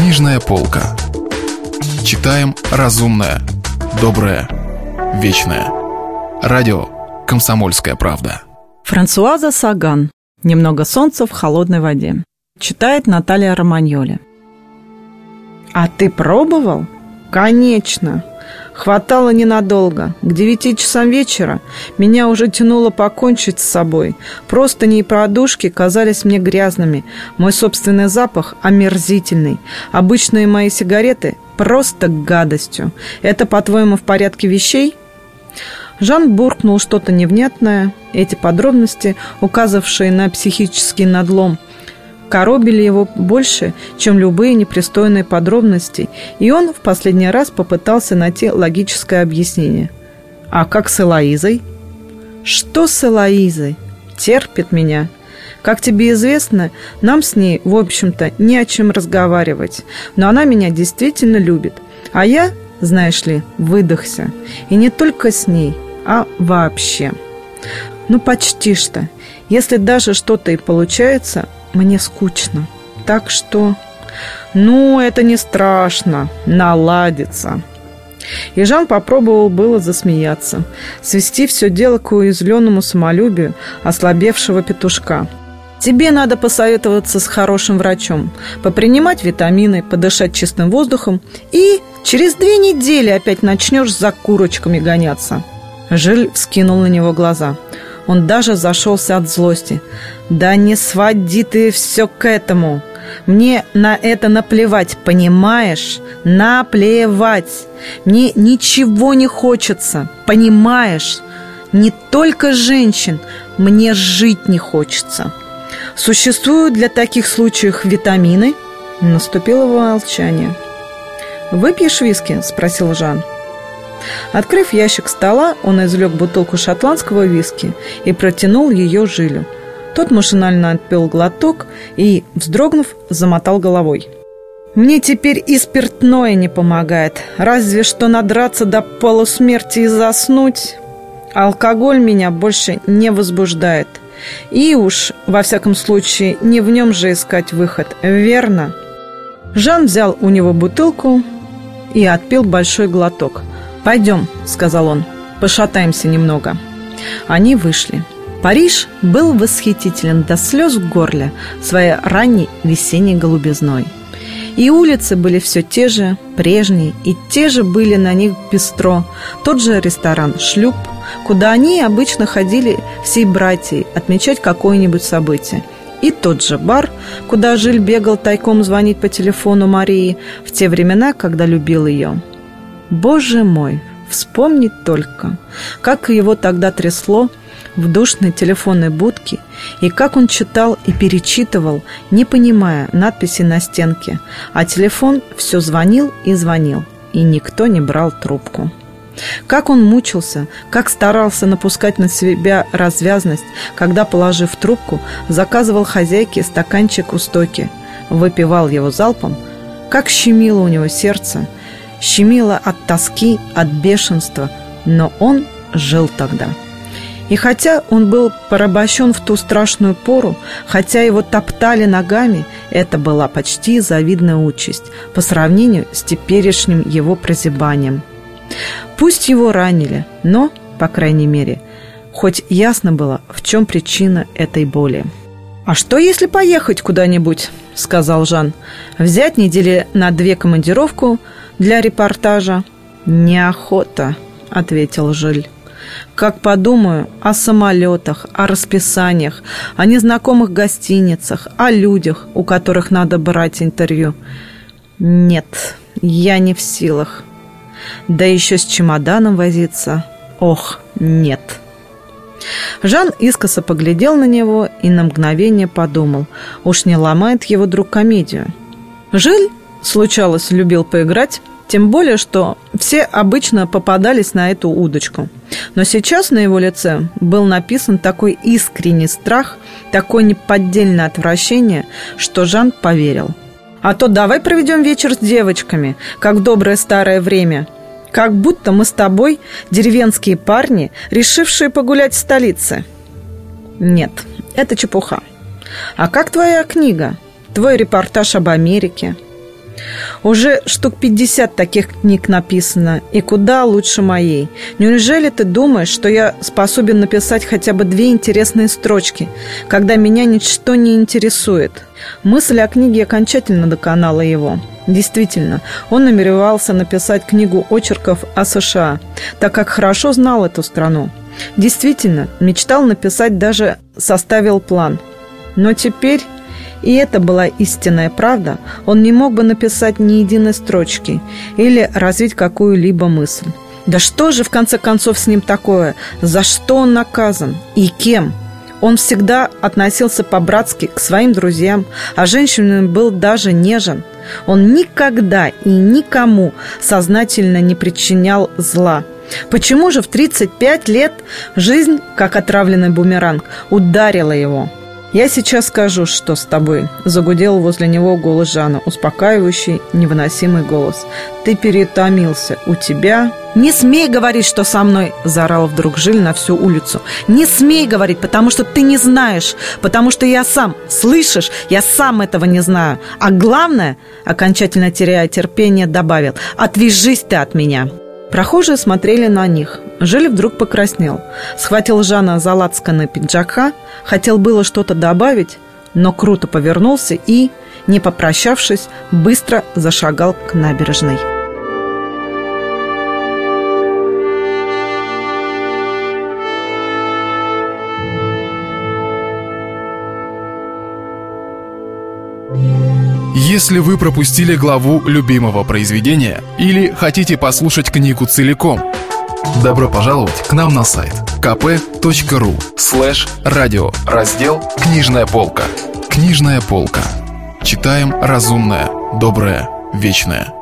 Книжная полка. Читаем разумное, доброе, вечное. Радио «Комсомольская правда». Франсуаза Саган. «Немного солнца в холодной воде». Читает Наталья Романьоли. А ты пробовал? Конечно. Хватало ненадолго. К 9 часам вечера меня уже тянуло покончить с собой. Простыни и подушки казались мне грязными. Мой собственный запах омерзительный. Обычные мои сигареты просто гадостью. Это, по-твоему, в порядке вещей? Жан буркнул что-то невнятное. Эти подробности, указывавшие на психический надлом, коробили его больше, чем любые непристойные подробности, и он в последний раз попытался найти логическое объяснение. А как с Элоизой? Что с Элоизой? Терпит меня. Как тебе известно, нам с ней, в общем-то, не о чем разговаривать, но она меня действительно любит, а я, знаешь ли, выдохся. И не только с ней, а вообще. Ну, почти что. Если даже что-то и получается, мне скучно. Так что, ну, это не страшно, наладится. И Жан попробовал было засмеяться, свести все дело к уязвленному самолюбию ослабевшего петушка. Тебе надо посоветоваться с хорошим врачом, попринимать витамины, подышать чистым воздухом, и через 2 недели опять начнешь за курочками гоняться. Жиль вскинул на него глаза. Он даже зашелся от злости. «Да не своди ты все к этому! Мне на это наплевать, понимаешь? Наплевать! Мне ничего не хочется, понимаешь? Не только женщин, мне жить не хочется. Существуют для таких случаев витамины?» Наступило молчание. «Выпьешь виски?» – спросил Жан. Открыв ящик стола, он извлек бутылку шотландского виски и протянул ее Жилю. Тот машинально отпил глоток и, вздрогнув, замотал головой. «Мне теперь и спиртное не помогает, разве что надраться до полусмерти и заснуть. Алкоголь меня больше не возбуждает. И уж, во всяком случае, не в нем же искать выход, верно?» Жан взял у него бутылку и отпил большой глоток. «Пойдем», — сказал он, — «пошатаемся немного». Они вышли. Париж был восхитителен до слез в горле своей ранней весенней голубизной. И улицы были все те же, прежние, и те же были на них бистро, тот же ресторан «Шлюп», куда они обычно ходили всей братьей отмечать какое-нибудь событие, и тот же бар, куда Жиль бегал тайком звонить по телефону Марии в те времена, когда любил ее. Боже мой, вспомнить только, как его тогда трясло в душной телефонной будке, и как он читал и перечитывал, не понимая надписи на стенке, а телефон все звонил и звонил, и никто не брал трубку. Как он мучился, как старался напускать на себя развязность, когда, положив трубку, заказывал хозяйке стаканчик у стойки, выпивал его залпом, как щемило у него сердце, щемило от тоски, от бешенства, но он жил тогда. И хотя он был порабощен в ту страшную пору, хотя его топтали ногами, это была почти завидная участь по сравнению с теперешним его прозябанием. Пусть его ранили, но, по крайней мере, хоть ясно было, в чем причина этой боли. «А что, если поехать куда-нибудь?» – сказал Жан. «Взять недели на 2 командировку для репортажа?» «Неохота», – ответил Жиль. «Как подумаю о самолетах, о расписаниях, о незнакомых гостиницах, о людях, у которых надо брать интервью. Нет, я не в силах. Да еще с чемоданом возиться. Ох, нет». Жан искоса поглядел на него и на мгновение подумал, уж не ломает его друг комедию. Жиль, случалось, любил поиграть, тем более, что все обычно попадались на эту удочку. Но сейчас на его лице был написан такой искренний страх, такое неподдельное отвращение, что Жан поверил. «А то давай проведем вечер с девочками, как в доброе старое время. Как будто мы с тобой деревенские парни, решившие погулять в столице». «Нет, это чепуха. А как твоя книга? Твой репортаж об Америке?» Уже штук 50 таких книг написано, и куда лучше моей. Неужели ты думаешь, что я способен написать хотя бы 2 интересные строчки, когда меня ничто не интересует? Мысль о книге окончательно доконала его. Действительно, он намеревался написать книгу очерков о США, так как хорошо знал эту страну. Действительно, мечтал написать, даже составил план. Но теперь... И это была истинная правда. Он не мог бы написать ни единой строчки или развить какую-либо мысль. Да что же в конце концов с ним такое? За что он наказан? И кем? Он всегда относился по-братски к своим друзьям, а женщинам был даже нежен. Он никогда и никому сознательно не причинял зла. Почему же в 35 лет жизнь, как отравленный бумеранг, ударила его? «Я сейчас скажу, что с тобой», – загудел возле него голос Жана, успокаивающий, невыносимый голос. «Ты переутомился. У тебя...» «Не смей говорить, что со мной!» – заорал вдруг Жиль на всю улицу. «Не смей говорить, потому что ты не знаешь, потому что я сам, слышишь, я сам этого не знаю. А главное, окончательно теряя терпение, добавил, отвяжись ты от меня». Прохожие смотрели на них. Жиль вдруг покраснел, схватил Жана за лацканы пиджака, хотел было что-то добавить, но круто повернулся и, не попрощавшись, быстро зашагал к набережной. Если вы пропустили главу любимого произведения или хотите послушать книгу целиком, добро пожаловать к нам на сайт kp.ru/радио, раздел «Книжная полка». Книжная полка. Читаем разумное, доброе, вечное.